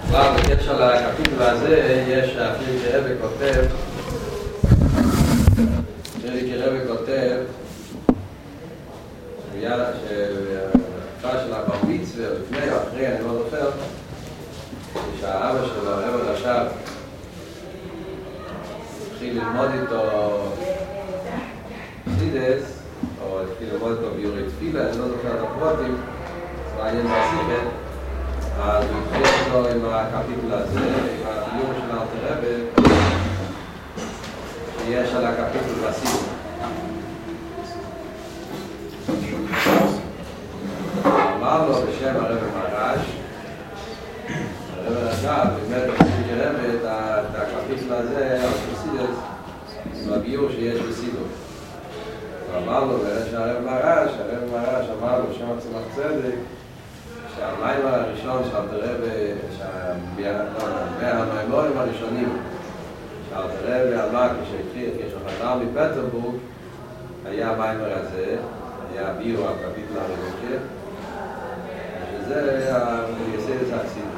בכלל, בקשר לקפיטול הזה, יש פרידריך רבי כותב, שהתקופה של הבר מצווה, לפני או אחרי, אני לא זוכר, שהאבא שלו, הרב הרש"ב, התחיל ללמוד איתו חסידות, או התחיל ללמוד איתו ביורי תפילה, אני לא זוכר את הפרוטים, זה מעניין בשיחה, אז הוא התחיל איתו עם הקפיטול הזה, עם הביור של אלתר רבי, שיש על הקפיטול בשיחה. אמר לו בשם הרב מרש, הרב הרש"ב, באמת בפרידריך רבי את הקפיטול הזה, על חסידות, בביור שיש בסידור. אמר לו, הרב מרש אמר לו, שם צמח צדק, שהמיימר הראשון שאלתר רבי, מהמיימורים הראשונים שאלתר רבי אמר כשחזר מפטרבורג, היה המיימר הזה, היה ביור הקפיטול הרביעי, שזה היסוד החסידות.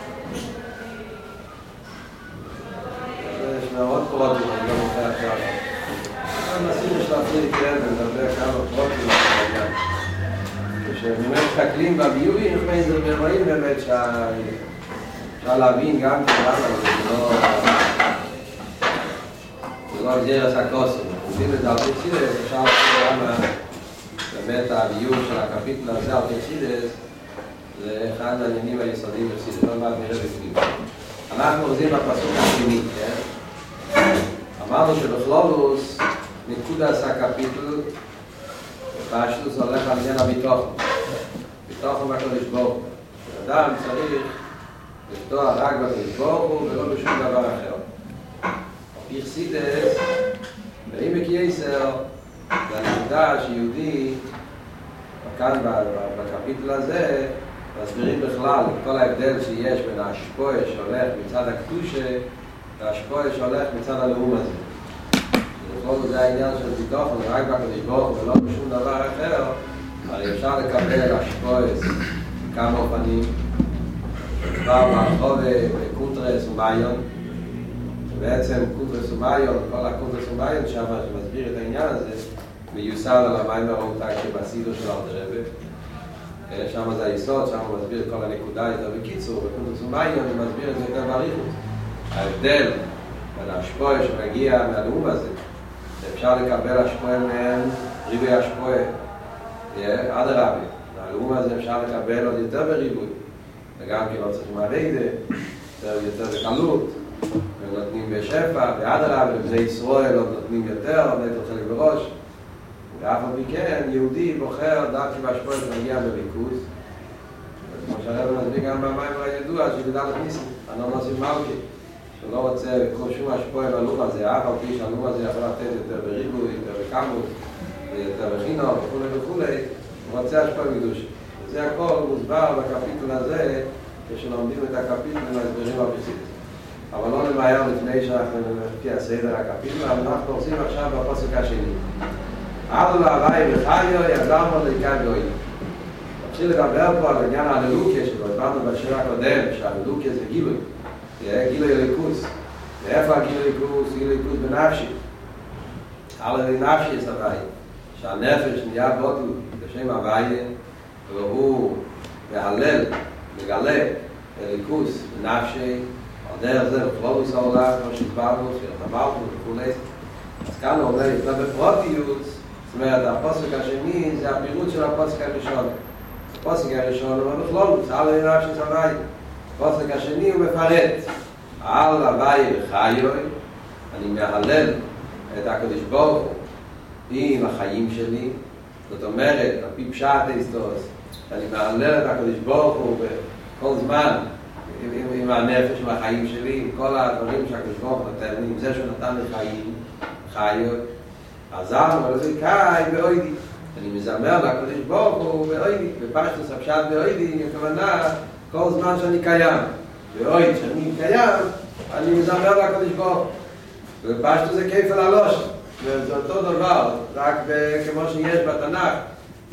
יש מאוד פרוטים, אני לא מוכר עכשיו. נשים יש להפריד ונדבר כמה פרוטים בעניין. כשבאמת מסתכלים בביורים, רואים באמת שאפשר להבין גם כמה זה לא גזירס הקוסם. עובדים את זה על פרסידס, אפשר להבין גם באמת הביור של הקפיטול הזה על פרסידס, זה אחד מהעניינים היסודיים בפרסידס, לא מעט נראה בפנים. אנחנו עוזים בפסוק השני, אמרנו שבכלולוס נקודס הקפיטול פשטוס הולך על עניין הביטוחן. ביטוחן בקדוש ברוך הוא. אדם צריך לפתוח רק בקדוש ברוך הוא ולא בשום דבר אחר. בחסידות, בעמק יסר, זה הנקודה שיהודי, כאן בקפיטול הזה, מסבירים בכלל את כל ההבדל שיש בין ההשפועה שהולך מצד הקדושה וההשפועה שהולך מצד הלאום הזה. בכל זה העניין של ביטוחן, רק בקדוש ברוך הוא ולא בשום דבר אחר, הרי אפשר לקבל השפועה בכמה אופנים. כבר ברחוב בקונטרס ומאיון, ובעצם קונטרס ומאיון, כל הקונטרס ומאיון שם שמסביר את העניין הזה, מיוסד על המיימר המותג שבסידור של אלתר רבי. שם זה היסוד, שם הוא מסביר את כל הנקודה יותר בקיצור, בקונטרס ומאיון הוא מסביר את זה יותר באריכות. ההבדל בין ההשפועה שמגיע מהלאום הזה, שאפשר לקבל השפועה מהם ריבוי השפועה, עד הרבי. מהלאום הזה אפשר לקבל עוד יותר בריבוי, וגם כי לא צריכים הרידה, יותר בקלות, ונותנים בשפע, ועד הרבי, לבני ישראל עוד נותנים יותר, עוד נתן חלק בראש. ואף על פי כן, יהודי בוחר דווקא בהשפועה שמגיע בריכוז, כמו שהרב מסביר גם במיימר הידוע, שבדל הכניסים, הנונוסים מלכי, שלא רוצה כל שום השפועה בלום הזה, אף על פי שהלום הזה יכול לתת יותר בריבוי, יותר בכמות, יותר בחינוך וכו', הוא רוצה השפועה בקדושה. וזה הכל מוסבר בקפיטול הזה, כשלומדים את הקפיטול ומסבירים בפרסידות. אבל לא נמהר לפני שאנחנו לפי הסדר הקפיטול, אבל אנחנו עושים עכשיו בפסוק השני. עלו להווי וחיו ידם עוד ליקה גוי. נתחיל לדבר פה על עניין הללוקיה שלו, הבנו בשיר הקודם שהללוקיה זה גילוי, גילוי אליקוס. ואיפה הגילוי אליקוס? גילוי אליקוס בנפשי. על ידי נפשי יש הווי, שהנפש נהיה בוטל בשם הווי, והוא מהלל, מגלה אליקוס בנפשי, על דרך זה בכלולוס העולם, כמו שהתברנו, שהתאמרנו וכו'. אז כאן הוא אומר יותר בפרוטיות, זאת אומרת, הפסוק השני זה הפירוט של הפסוק הראשון. הפסוק הראשון הוא בכלולוס, על ידי נפשי הווי. הפסוק השני הוא מפרט. על הווי וחיו, אני מהלל את הקדוש ברוך הוא עם החיים שלי. זאת אומרת, על פי פשט היסטורס, שאני מהלל את הקדוש ברוך הוא בכל זמן, עם הנפש, עם החיים שלי, עם כל הדברים שהקדוש ברוך הוא נותן לי, עם זה שהוא נתן לי חיים, חיות, עזרנו ולכי קאי באוידי. אני מזמר לקדוש ברוך הוא באוידי, בפשטוס הפשט באוידי, הכוונה כל זמן שאני קיים. באויד שאני קיים, אני מזמר לקדוש ברוך הוא. ובפשטוס זה כיף על הלושן. וזה אותו דבר, רק כמו שיש בתנ"ך,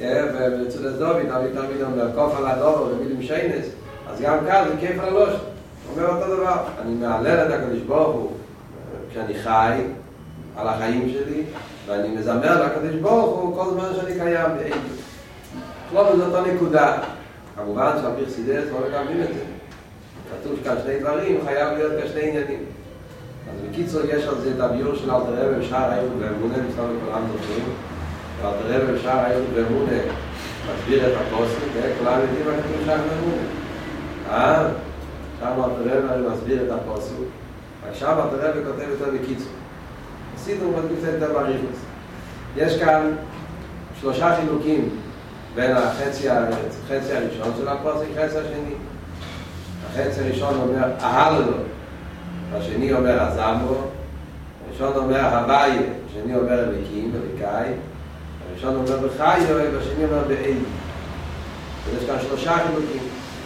ואצל דוד תמיד אומר, קוף על הדובר ומילים שיינס, אז גם כאן זה כיף על הלושן. אומר אותו דבר, אני מעלל את הקדוש ברוך הוא כשאני חי על החיים שלי, ואני מזמר לקדוש ברוך הוא כל זמן שאני קיים באידות. לא בזאת הנקודה. כמובן שעל פי חסידות לא מקבלים את זה. כתוב כאן שני דברים, חייב להיות כשני עניינים. אז בקיצור יש על זה את הביור של אלתר רבי בשער האיחוד והאמונה, מסתכל כולם זוכרים. אלתר רבי בשער האיחוד והאמונה מסביר את הפוסק, כולם יודעים מה כתוב שער האמונה. שם אלתר רבי מסביר את הפוסק, עכשיו אלתר רבי כותב יותר בקיצור. עשינו מדגיש את הבריחוס. יש כאן 3 חילוקים בין החצי הראשון של הפוסק לחצי השני. החצי הראשון אומר אהלו, השני אומר עזמו, הראשון אומר הוויה, השני אומר אליקים, אליקאי, הראשון אומר בחיו, והשני אומר באידות. יש כאן 3 חילוקים.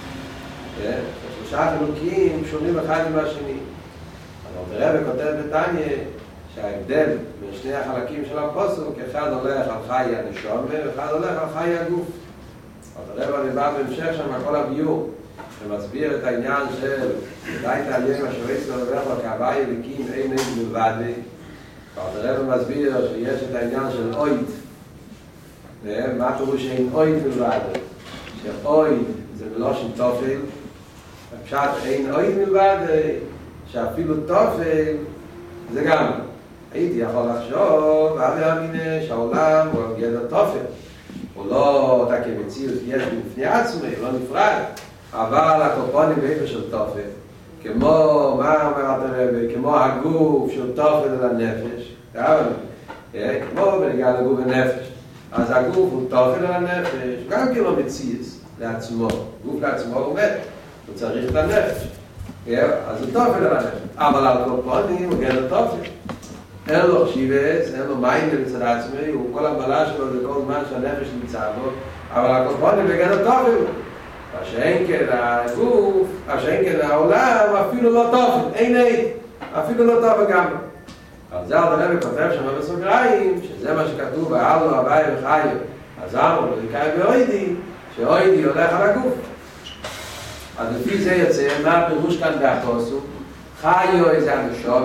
3 חילוקים שונים אחד עם השני. אבל אלתר רבי כותב בתניא שההבדל בין שני החלקים של הפוסק, אחד הולך על חיי הנשמה ואחד הולך על חיי הגוף. אלתר רבי בא בהמשך שם כל הביור שמסביר את העניין של די תעליין השורץ ולברך לו כהווי אליקים אין מלבד. אלתר רבי מסביר שיש את העניין של אויד. מה פירוש אין אויד מלבד? שאויד זה מלושן תופל, הפשט אין אויד מלבד שאפילו תופל זה גם הייתי יכול לחשוב ואמין שהעולם הוא גדר תופל, הוא לא אותה כמציאות יש בפני עצמי, הוא לא נפרד, אבל הקופונים באיפה של תופל, כמו, מה אומר אלתר רבי, כמו הגוף של תופל לנפש, כמו בנגיעה לגוף ונפש, אז הגוף הוא תופל לנפש, גם כאילו מציץ לעצמו, גוף לעצמו הוא מת, הוא צריך את הנפש, אז הוא תופל לנפש, אבל על קופונים הוא גדר תופל. אין לו חשיבס, אין לו מים בצד עצמי, הוא כל המעלה שלו זה כל זמן שהנפש נמצא בו, אבל הקופונים בגדר תופל. השאין כן הגוף, השאין כן העולם, אפילו לא תופל, אין, אפילו לא תופל גם. אז זה אלתר רבי כותב שם בסוגריים, שזה מה שכתוב באלו, הווי וחיו, אז אמרו, אליקאי ואוידי, שאוידי הולך על הגוף. אז לפי זה יוצא, מה הפירוש כאן בהפוסק? חיו זה הנשמה,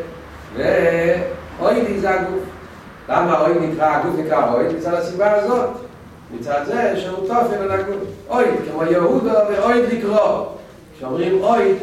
ואוידי זה הגוף. למה אויד נקרא, הגוף נקרא אויד? מצד הסיבה הזאת. מצד זה שהוא תופל על הגוף. אויד, כמו יהודה ואויד לקרוא. כשאומרים אויד,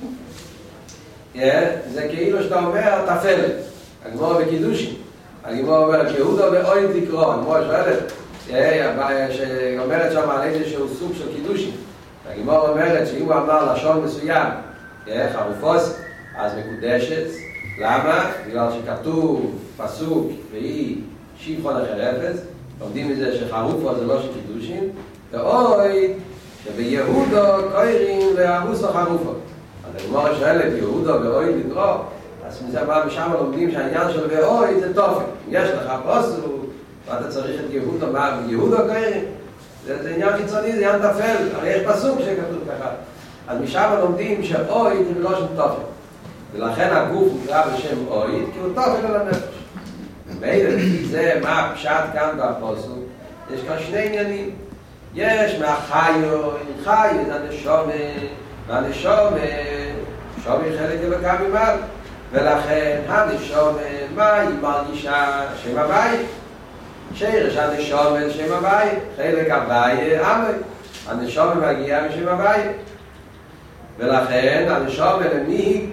זה כאילו שאתה אומר תפלת. הגמור בקידושין. הגמור אומרת יהודה ואויד לקרוא. הגמור שואלת, שאומרת שם על איזשהו סוג של קידושין. הגמור אומרת שאם הוא אמר לשון מסוים, חרופוס, אז מקודשת. למה? בגלל שכתוב פסוק והיא שיבחון אחר אפס, לומדים מזה שחרופו זה לא של קידושין, ואוי שביהודו קוראים להרוס החרופו. אז הגמור שואלת יהודו ואוי לקרוא, אז מזה בא משם לומדים שהעניין של ואוי זה תופל. אם יש לך פסוק ואתה צריך את יהודו, מה יהודו קוראים? זה עניין חיצוני, זה עניין תפל, הרי יש פסוק שכתוב ככה. אז משם לומדים שאוי זה לא של תופל. ולכן הגוף נקרא בשם אויד, כי הוא תופל על הנפש. ומילא לפי זה, מה הפשט כאן בפוסק? יש כאן 2 עניינים. יש מהחיו, חיו זה הנשמה, והנשמה, נשמה היא חלק אלוקה ממעל. ולכן הנשמה, מה היא מרגישה? שם הבית. שרש הנשמה זה שם הבית, חלק הבית, עמק. הנשמה מגיעה משם הבית. ולכן הנשמה למי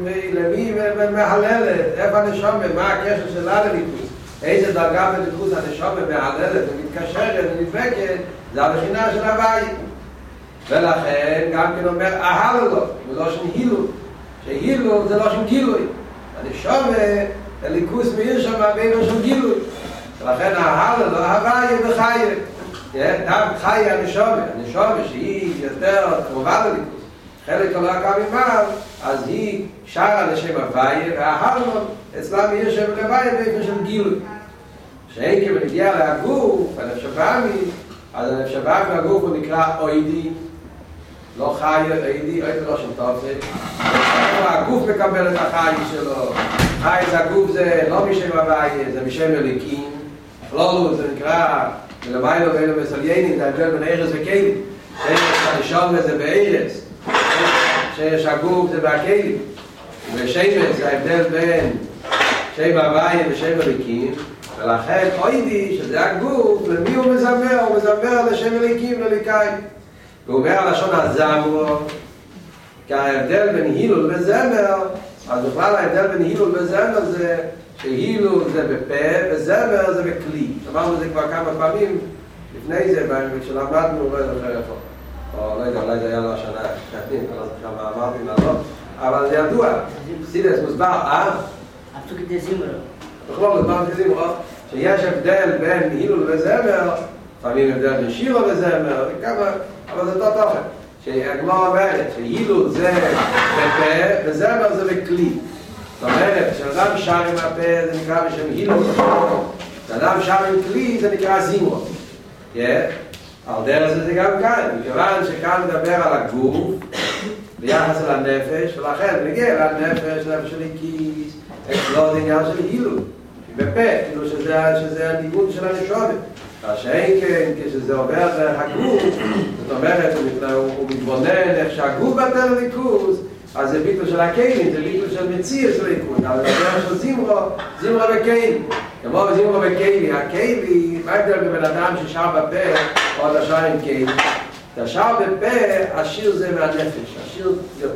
מהללת, איפה הנשמה, מה הקשר שלה לליכוז, איזה דרגה בליכוז הנשמה מהללת ומתקשרת ונדבקת, זה הבחינה של הבית. ולכן גם כן אומר אהלו לו, ולא שם הילו, שהילו זה לא שם גילוי, הנשמה הליכוז מאיר שם בין שם גילוי, ולכן אהלו לו, הווי וחי, גם חי הנשמה שהיא יותר קרובה לליכוז, חלק הלוקה ממעל, אז היא שרה לשם הוויה, וההרמון אצלם יש שם הוויה באופן של גילוי. שאין כמנגיע להגוף, הנפש הבאמי, אז הנפש הבאמי והגוף הוא נקרא אוידי, לא חי, אוידי, אוידי לא שם תופל. הגוף מקבל את החי שלו. חי זה הגוף זה לא משם הוויה, זה משם אליקים. כלולו זה נקרא, ולמיילו ואילו מסליינים, זה ההבדל בין ארץ וכלים. ארץ הנשום זה בארץ. שרש הגוף זה בהכלים. ושמש זה ההבדל בין שם הוויה ושם הליקים, ולכן אוידי שזה הגוף, למי הוא מזמר? הוא מזמר לשם הליקים וליקיים. והוא אומר על לשון הזמרו, כי ההבדל בין הילול וזמר, אז בכלל ההבדל בין הילול וזמר זה שהילול זה בפה וזמר זה בכלי. אמרנו את זה כבר כמה פעמים לפני זה, כשלמדנו, לא זוכר איפה, או לא יודע, אולי זה היה לו השנה, כמה אמרתי לעלות, אבל זה ידוע, סידס מוסבר, הפסוק את זמרו. בכלול, דבר את זמרו, שיש הבדל בין הילול וזמר, לפעמים הבדל בין שירו וזמר, אבל זה אותו תוכן. שהגמרא אומרת שהילול זה בפה וזמר זה בכלי. זאת אומרת, כשאדם שר עם הפה זה נקרא בשם הילול, כשאדם שר עם כלי זה נקרא זמרו. על דרך זה גם כאן, מכיוון שכאן מדבר על הגוף ביחס אל הנפש, ולכן נגיע לנפש, נפש של הכיס, אצלו זה עניין של הילול, בפה, כאילו שזה הניגון של הנשומת. שאין כן, כשזה עובר דרך הגוף, זאת אומרת, הוא מתבונן איך שהגוף בטל ליכוז, אז זה ביטול של הכלים, זה ביטול של מציר של ליכוז, אבל זה דרך של זמרו וכלים. כמו בזמרו וכלים, הכלים, מה הבדל בבן אדם ששר בפה, או אתה שר עם כלים? אתה שר בפה, השיר זה מהנפש, השיר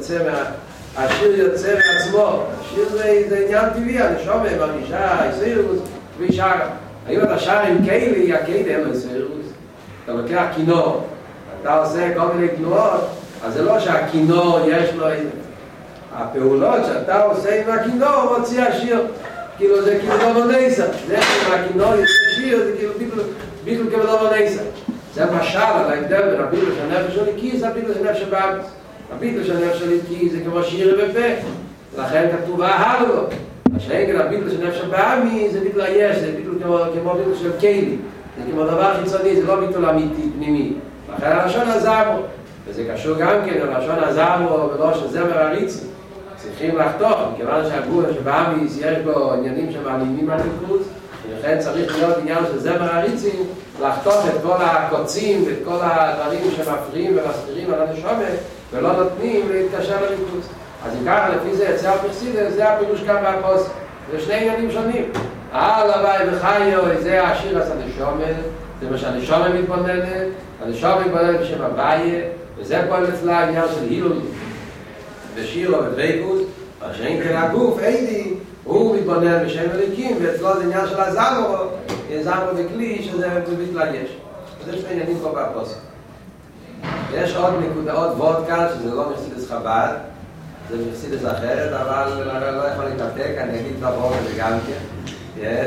יוצא מעצמו, השיר זה עניין טבעי, הנשומה, מרגישה, יסירוס, וישר. האם אתה שר עם קיילי, הקיילי אין לו יסירוס, אתה לוקח כינור, אתה עושה כל מיני תנועות, אז זה לא שהכינור יש לו איזה... הפעולות שאתה עושה עם הכינור מוציא השיר, כאילו זה כאילו לא מונסה, זה שהכינור יוצא שיר, זה כאילו ביטול כמו לא מונסה. זה משל על ההבדל בין הביטול של נפש של הכיס, הביטול של נפש של באמץ. הביטול של נפש של הכיס זה כמו שיר בפה, לכן כתוב ההלו. השאין כאן הביטול של נפש הבאמי זה ביטול היש, זה ביטול כמו ביטול של קיילי, זה כמו דבר חיצוני, זה לא ביטול אמיתי, פנימי. לכן הלשון הזמרו, וזה קשור גם כן ללשון הזמרו ולא של זמר הריצי, צריכים לחתוך, מכיוון שהגוף שבאמי יש בו עניינים שמעלימים על ליכוז, ולכן צריך להיות עניין של זמר הריצי, לחתוך את כל הקוצים ואת כל הדברים שמפריעים ומסתירים על הנשומה ולא נותנים להתקשר לליכוז. אז אם ככה לפי זה יצא הפרסידס, זה הפירוש כאן בהפוס. זה שני עניינים שונים. הוואי וחיו, זה השיר עשה נשומה, זה מה שהנשומה מתבוננת, הנשומה מתבוננת בשם הוואי, וזה פועל אצלה העניין של הילול ושירו ודריקות, מה שאין כן הגוף, אידי, הוא מתבונן בשם הליקים, ואצלו זה עניין של הזמרו, זמרו וכלי, שזה בכלל יש. זה שני עניינים פה בהפוס. יש עוד נקודה, עוד וודקה, שזה לא מחסידס חב"ד, זה מחסידס אחרת, אבל לא יכול להתנתק, אני אגיד את הווד הזה גם כן.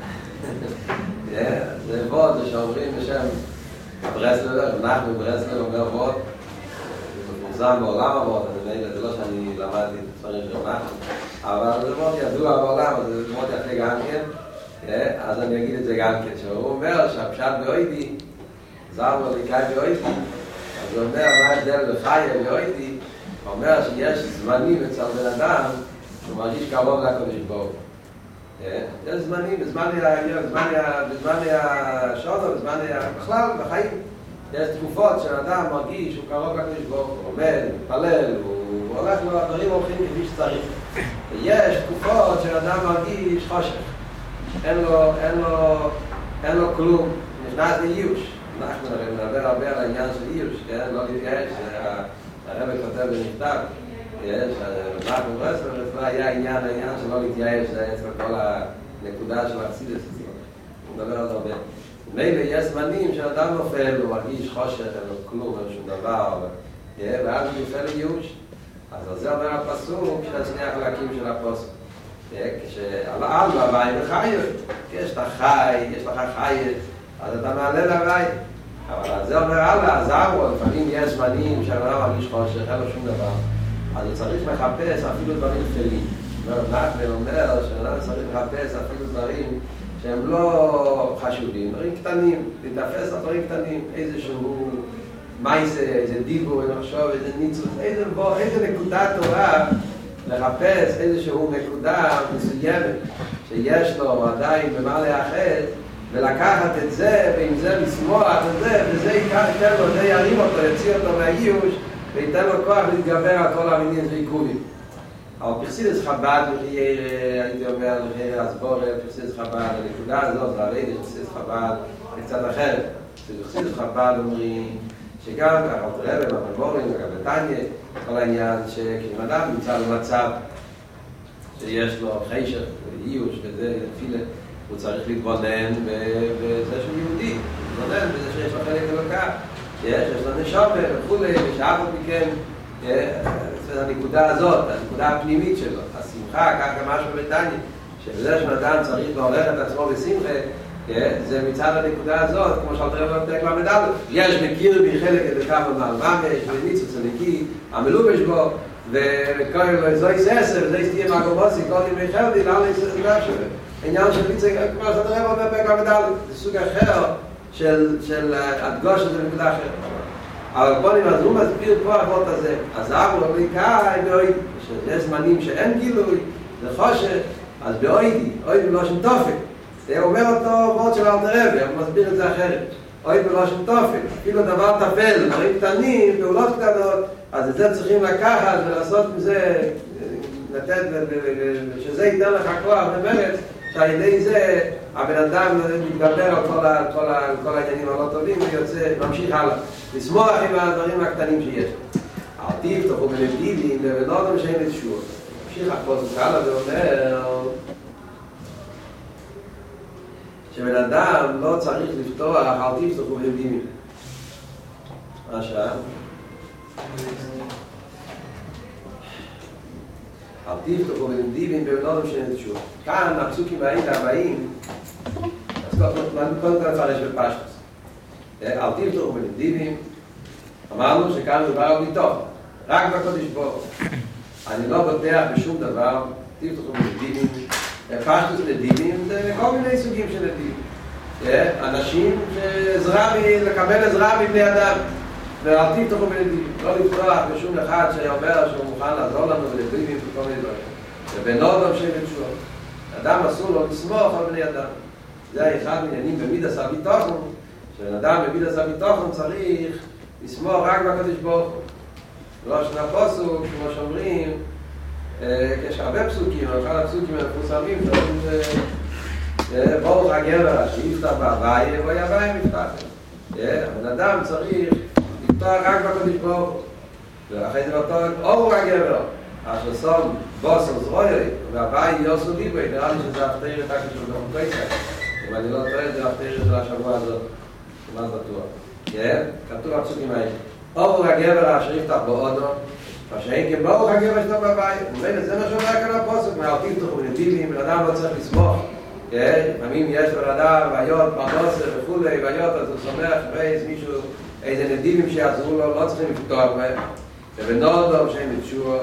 זה ווד, זה שאומרים בשם ברסלר, אנחנו ברסלר אומר ווד, זה מפורסם בעולם הווד, זה לא שאני למדתי את הספרים של אנחנו, אבל זה מאוד ידוע בעולם, זה מאוד יפה גם כן, אז אני אגיד את זה גם כן, שהוא אומר שהפשט באוידי, זמרו ליקאי באוידי, אז הוא אומר מה ההבדל בחיה באוידי, הוא אומר שיש זמנים אצל בן אדם שהוא מרגיש קרוב לקדוש ברוך הוא. יש זמנים, בזמן השעון, בזמן בכלל, בחיים. יש תקופות שאדם מרגיש שהוא קרוב לקדוש ברוך הוא, עומד, מתפלל, הוא הולך לו, הדברים הולכים כפי שצריך. ויש תקופות שאדם מרגיש חושך. אין לו כלום, נכנס לייאוש. אנחנו נדבר הרבה על העניין של ייאוש, לא להתייאש, הרב כותב במכתב, אנחנו ברסלר, אצלה היה העניין שלא להתייאש, זה אצל כל הנקודה של החסידות אצלו. הוא מדבר על זה הרבה. מילא יש זמנים שאדם נופל, הוא מרגיש חושך, אין לו כלום, אין שום דבר, ואז הוא נופל לייאוש. אז על זה אומר הפסוק, כשני החלקים של הפסוק. כשעל בבית וחיו, כשאתה חי, יש לך חי, אז אתה מעלה לבית. אבל על זה אומר הלאה, זמרו, לפעמים יש זמנים שהאדם מרגיש חושך, אין לו שום דבר. אז הוא צריך לחפש אפילו דברים טפלים. נחמן אומר שהאדם צריך לחפש אפילו דברים שהם לא חשובים, דברים קטנים, להתאפס על דברים קטנים, איזשהו מייסה, איזה דיבור, לחשוב, איזה ניצוץ, איזה נקודה טובה, לחפש איזשהו נקודה מסוימת שיש לו עדיין במה לאחד, ולקחת את זה, ועם זה לשמוח את זה, וזה ייתן לו, זה ירים אותו, יוציא אותו מהייאוש, וייתן לו כוח להתגבר על כל העניינים ועיכובים. אבל פרסידס חב"ד, הייתי אומר, הסבור, פרסידס חב"ד, הנקודה הזאת, הרעיד, פרסידס חב"ד, זה קצת אחרת. פרסידס חב"ד אומרים שגם הרב בממורים, וגם בטניה, כל העניין שכאילו אדם נמצא במצב שיש לו חשך ואיוש וזה, תפילה, הוא צריך להתבונן בזה שהוא יהודי, להתבונן בזה שיש לו חלק אלוקה, שיש לו נשמה וכולי, ושאף עוד מכן, הנקודה הזאת, הנקודה הפנימית שלו, השמחה, כך גם משהו בטניה, שבזה שאדם צריך לעורר את עצמו בשמחה, זה מצד הנקודה הזאת, כמו שאלת רב בפרק למד. יש מכיר בי חלק את כמה מהממש, וניצוץ הנקי, המלובש בו, וכל זוהי ססר, זוהי סתייה מהגומוסי, כל ימי חרדי, לאלה יסתייה שלו. העניין של ניצוץ, כמו שאלת רב בפרק למד, זה סוג אחר של הדגוש הזה בנקודה אחרת. אבל פונים, אז הוא מסביר פה החוט הזה. אז אבו אמריקאי באוידי, שזה זמנים שאין גילוי, זה חושך, אז באוידי, אוידי בלושן תופק. זה אומר אותו וורד של אלתר רבי, הוא מסביר את זה אחרת. אוי בלושן תופק, אפילו דבר טפל, דברים קטנים, פעולות קטנות, אז את זה צריכים לקחת ולעשות מזה, לתת, שזה ייתן לך כוח ומרץ, שעל ידי זה הבן אדם מתגבר על כל העניינים הלא טובים ויוצא, ממשיך הלאה. לשמוח עם הדברים הקטנים שיש. אל תפתחו בנתיבים ולא אדם שאין לתשור. ממשיך הפוסק הלאה ואומר שבן אדם לא צריך לפתוח, אל תפתחו בנתיבים. מה השעה? אל תפתחו בנתיבים ולא אדם שאין לתשור. כאן הפסוקים הבאים, אז קודם כל נפרש בפשטוס. אל תפתחו בנתיבים, אמרנו שכאן מדובר על ביטוח, רק בקודש ברוך. אני לא בוטח בשום דבר, תפתחו בנתיבים. פשטוס נתיבים זה כל מיני סוגים של נתיבים. אנשים לקבל עזרה מבני אדם, ואל תפתחו בנתיבים. לא לפתוח בשום אחד שאומר שהוא מוכן לעזור לנו בנתיבים וכל מיני דברים. ובן אדם שבתשוע. אדם אסור לו לסמוך על בני אדם. זה אחד מעניינים במידס הביטחון, שבן במידס הביטחון צריך לסמוך רק בקדוש ברוך הוא. לא שני הפסוק, כמו שאומרים, יש הרבה פסוקים, אחד הפסוקים המפורסמים, ברוך הגבר שיפתח בהוויה, והוא יהוויה מפתח. הבן אדם צריך לפתוח רק בקדוש ברוך הוא. ואחרי זה אותו אור הגבר, אשר שום בוסר זרועי, וההוויה יוסו דיבוי, נראה לי שזה הפתיר את הקשר של קויצה. אם אני לא טועה, זה הפתיר של השבוע הזאת. כמעט בטוח. כתוב הפסוקים האלה. אור הגבר אשר יפתח באודו, מה שאין כברוך הגבר שתו בבית. זה מה שאומר כאן הפוסק, מהלכים תוכו בנתיבים, בן אדם לא צריך לסמוך. לפעמים יש לו אדם, בעיות, פרנסה וכולי, בעיות, אז הוא סומך, ואיזה מישהו, איזה נתיבים שיעזרו לו, לא צריכים לפתוח בהם. ובנודו שאין בתשוע,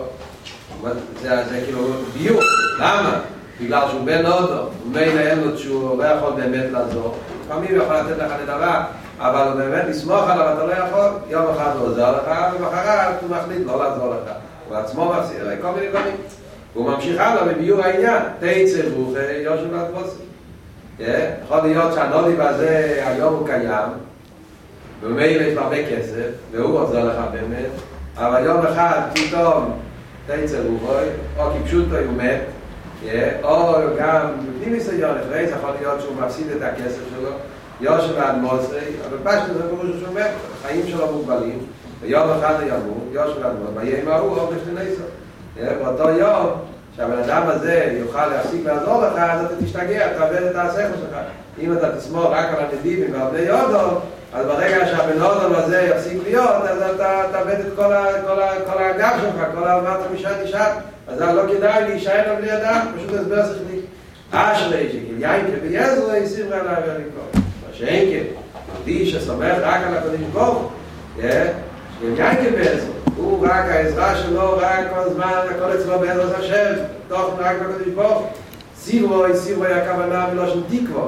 זה כאילו ביוק. למה? בגלל שהוא בן נודו, ומילא אין לו תשוע, הוא לא יכול באמת לעזור. לפעמים הוא יכול לתת לך נדבה, אבל הוא באמת לסמוך עליו, אתה לא יכול, יום אחד הוא עוזר לך, ובחרת הוא מחליט לא לעזור לך. הוא עצמו מפסיד, כל מיני דברים. והוא ממשיך הלאה בביור העניין, תצא ברוך יושב להתבוסם. יכול להיות שהנודיב הזה היום הוא קיים, וממילא יש לו הרבה כסף, והוא עוזר לך באמת, אבל יום אחד פתאום תצא ברוך, או כפשוטו הוא מת, או גם בפנים ניסיון, אחרי זה יכול להיות שהוא מפסיד את הכסף שלו, יושב עד מוסי, אבל פשטו זה פירוש שהוא מת, החיים שלו מוגבלים, ויום אחד הוא ימות, יושב עד מוסי, ויהיה מהו אופן שניסו. באותו יום, שהבן אדם הזה יוכל להפסיק לעזור לך, אז אתה תשתגע, תאבד את השכל שלך. אם אתה תשמור רק על הנתיבים ועל בני אודום, אז ברגע שהבן אודום הזה יפסיק להיות, אז אתה תאבד את כל הגב שלך, כל מה אתה משעת. אז זה לא כדאי להישאר על בני אדם, פשוט הסבר שכלי. אשרי שכאל יין כבייזו יסימרה עליו ולקרוא. מה שאין כן, יהודי שסומך רק על הקודש ברוך, שכאל יין כבייזו, הוא רק העזרה שלו, רק כל הזמן, הכל אצלו בעזרת השם, תוכן רק בקודש ברוך. סיבו היא הכוונה מלושן תקווה.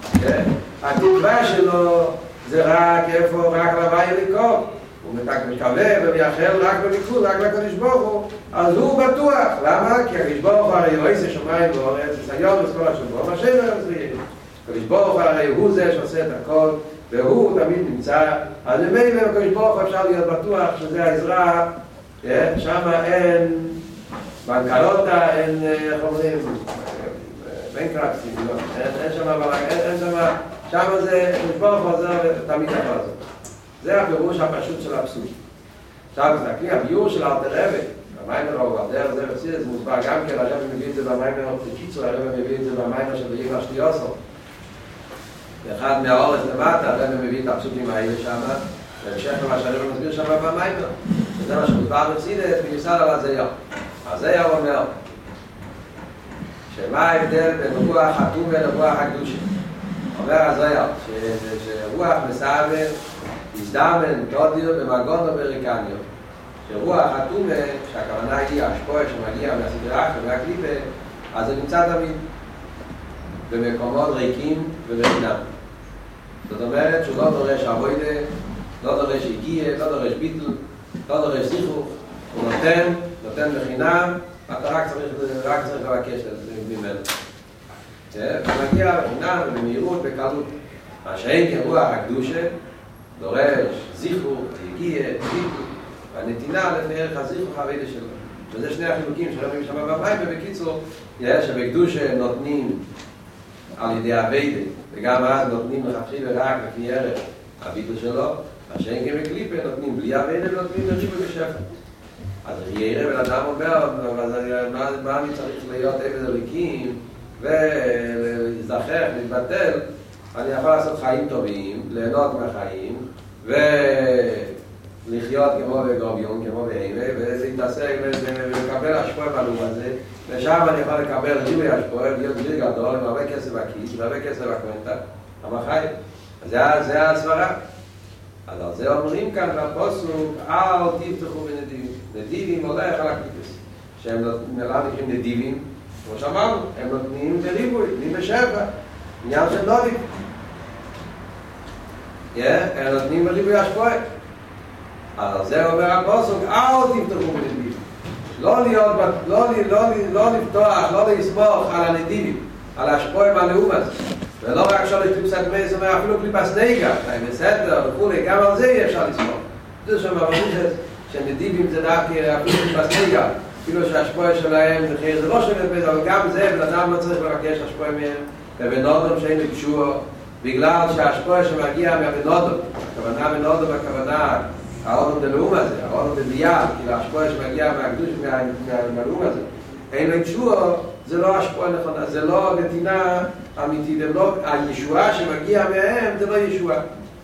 התקווה שלו זה רק איפה, רק על הוואי לקרוא. הוא מקווה ומייחל רק במיקוד, רק לקודש ברוך הוא, אז הוא בטוח. למה? כי הקודש ברוך הוא הרי הוא עושה שמיים ואורץ, היום את כל השבוע, מה שאין להם זה יהיה. הקודש ברוך הוא הרי הוא זה שעושה את הכל, והוא תמיד נמצא, אז ממילא בקדוש ברוך הוא אפשר להיות בטוח שזה העזרה, שם אין בנקלוטה, אין, איך אומרים, בנקרפסים, אין שם זה, קדוש ברוך הוא עוזר תמיד דבר הזה. זה הפירוש הפשוט של הפסוק. עכשיו תסתכלי, הביור של אלתר רבי, במיימר או על דרך זה מוסבר גם כן, הרב מביא את זה במיימר, בקיצור הרב מביא את זה במיימר של יגאל שטיוסו. באחד מהאורס למטה, הרב מביא את הפסוקים האלה שם, בהמשך למה שהרב מסביר שם במיימר. וזה מה שמוסבר בחסידות, מיוסד על הזייר. הזייר אומר, שמה ההבדל בין רוח הטומאה לרוח הקדושה? אומר הזייר, שרוח מסעבר, הזדמן, תודיר במגון ובריקניות. שרוח הטומאה, שהכוונה היא השפועה שמגיע מהסדרה ומהקליפה, אז זה נמצא תמיד במקומות ריקים ובחינם. זאת אומרת שהוא לא דורש עבודה, לא דורש הגיע, לא דורש ביטל, לא דורש זיכוך, הוא נותן בחינם, אתה רק צריך לבקש ממנו. הוא מגיע בחינם במהירות, בקלות. מה שאין כרוח הקדושה, דורש זיכוך, הגיע, ביטל, והנתינה לפני ערך הזיכוך העבודה שלו. וזה שני החילוקים שרבים שם במים, ובקיצור, שבקדושה נותנים על ידי העבודה, וגם אז נותנים לכתחילה רק לפי ערך הביטל שלו, מה שאין כן בקליפה נותנים בלי העבודה ונותנים לריבו בשפע. אז יראה בן אדם אומר, מה אני צריך להיות עבד הליקים ולהזדחך, להתבטל? אני יכול לעשות חיים טובים, ליהנות מהחיים ולחיות כמו בגוביון, כמו באימה, ולהתעסק ולקבל השפוע בלום הזה, ושם אני יכול לקבל ריבי השפוע, להיות גדול גדול עם הרבה כסף בכיס, עם הרבה כסף בקוונטה, המחיים. זה הסברה. אז על זה אומרים כאן בפסוק, אל תבטחו בנדיבים. נדיבים הולך על הקליפס, שהם נקראים נדיבים, כמו שאמרנו, הם נותנים בריבוי, נותנים בשפע, עניין של נודים. הם נותנים בריבוי השפוע. אז על זה אומר הפסוק, אל תבטחו בנדיבים. לא לפתוח, לא לסמוך על הנדיבים, על השפוע מהנאום הזה. ולא רק שלא קליפסת מייס, אומר אפילו קליפס נגע, בסדר וכולי, גם על זה יהיה אפשר לסמוך. זה שם מרגיש שנדיבים זה דווקא אפילו קליפס נגע, אפילו שהשפוע שלהם זה לא שווה בזה, אבל גם זה בן אדם לא צריך לבקש השפוע מהם, ובנודם שאין לקשור, בגלל שהשפוע שמגיע מהבנודם, הכוונה בנודם הכוונה, האודם דלאום הזה, האודם דלייה, כאילו השפוע שמגיע מהקדוש מהלאום הזה, אין לקשור, זה לא השפוע נכונה, זה לא נתינה אמיתית, הישועה שמגיע מהם זה לא ישועה.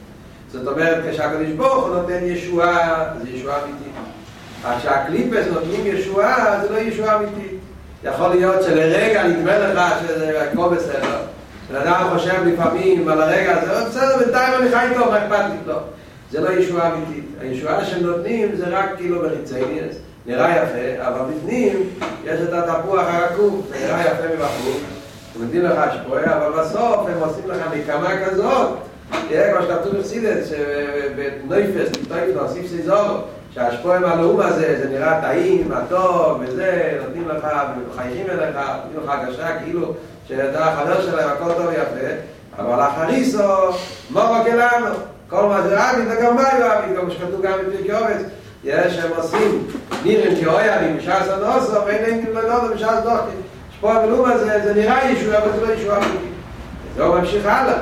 זאת אומרת, כשהקדוש ברוך הוא נותן ישועה, זה ישועה אמיתית. כשהקליפס נותנים ישועה, זה לא ישועה אמיתית. יכול להיות שלרגע נדמה לך שזה הכל בסדר. בן אדם חושב לפעמים על הרגע הזה, בסדר, בינתיים אני חי טוב, מה אכפת לי? לא. זה לא ישועה אמיתית. הישועה שהם נותנים זה רק כאילו בחיצייניאס. נראה יפה, אבל בפנים יש את התפוח הרקוב, זה נראה יפה מבחוץ. הם נותנים לך השפוע, אבל בסוף הם עושים לך נקמה כזאת. תראה כמו שכתוב בחסידות, שבנויפס, נוסיף סיזור, שהשפוע מהלאום הזה, זה נראה טעים, הטוב, וזה, נותנים לך, חייכים אליך, נותנים לך הגשה, כאילו שאתה החבר שלהם, הכל טוב יפה, אבל החריסו, מורו כלנו, כל מה זה רבי, זה גם מה יואבי, כמו שכתוב גם בפרקי אובץ, יש שהם עושים נראים כאוירים בשעה סנוסו, ואין להם גלגלות בשעה סדוחים. שפוע המלאום הזה, זה נראה ישוע, אבל זה לא ישוע אמיתי. זהו ממשיך הלאה.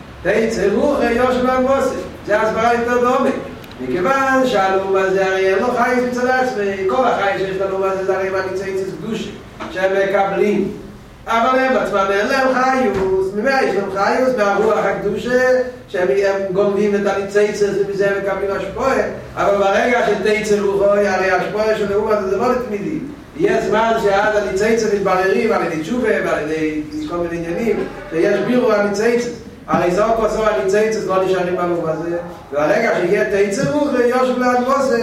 תצא רוחי יושב מהמוסף. זה הסברה יותר דומה. מכיוון שהלאום הזה הרי אין לו חייס מצד עצמי. כל החייס שיש ללאום הזה זה הרי מניצייצס קדושי, שהם מקבלים. אבל הם עצמם אין להם חיוס. ממה יש להם חיוס? מהרוח הקדושה, שהם גונבים את הניצייצס ומזה הם מקבלים השפוע. אבל ברגע שתצא רוחי, הרי השפוע של הלאום הזה זה לא לתמידי. יש זמן שעד הניצייצס מתבררים על ידי תשובה ועל ידי כל מיני עניינים, שיש בירור הניצייצס. הרי זו כוסו הניצייצס לא נשארים בלאום הזה. והרגע שיהיה תצא רוחי, יושב להדמוסי.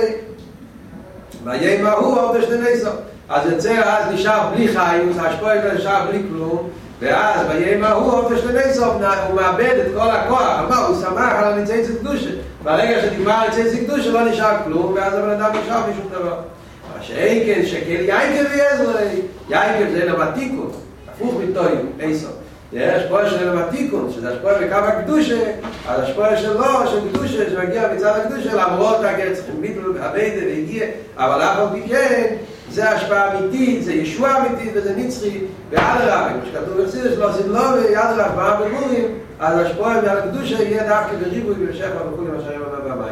ויהי מהו עוד שני סוף. אז יוצא, אז נשאר בלי חיוס, השפוע נשאר בלי כלום, ואז ויהי מהו עוד שני סוף, הוא מאבד את כל הכוח. אבל הוא שמח על הניצייצס קדושה. ברגע שנגמר הניצייצס קדושה לא נשאר כלום, ואז הבן אדם נשאר משום דבר. שאין כן, שכל יינקב ויעזרי, יינקב זה למתיקות, הפוך מתויים, איסו. יש השפועה של המתיקון, שזה השפועה בקו הקדושה, אז השפועה שלו, של קדושה, שמגיע מצד הקדושה, למרות צריכים ביטול הבידה והגיע, אבל אף על פי כן, זה השפעה אמיתית, זה ישוע אמיתית וזה נצחי, ואדרבה, כמו שכתוב בחסידות שלו, עושים לו וידרבה, השפעה בגורים, אז השפועה מעל הקדושה יהיה דווקא בריבוי ובשפע וכולי מה שהיום הבא במים.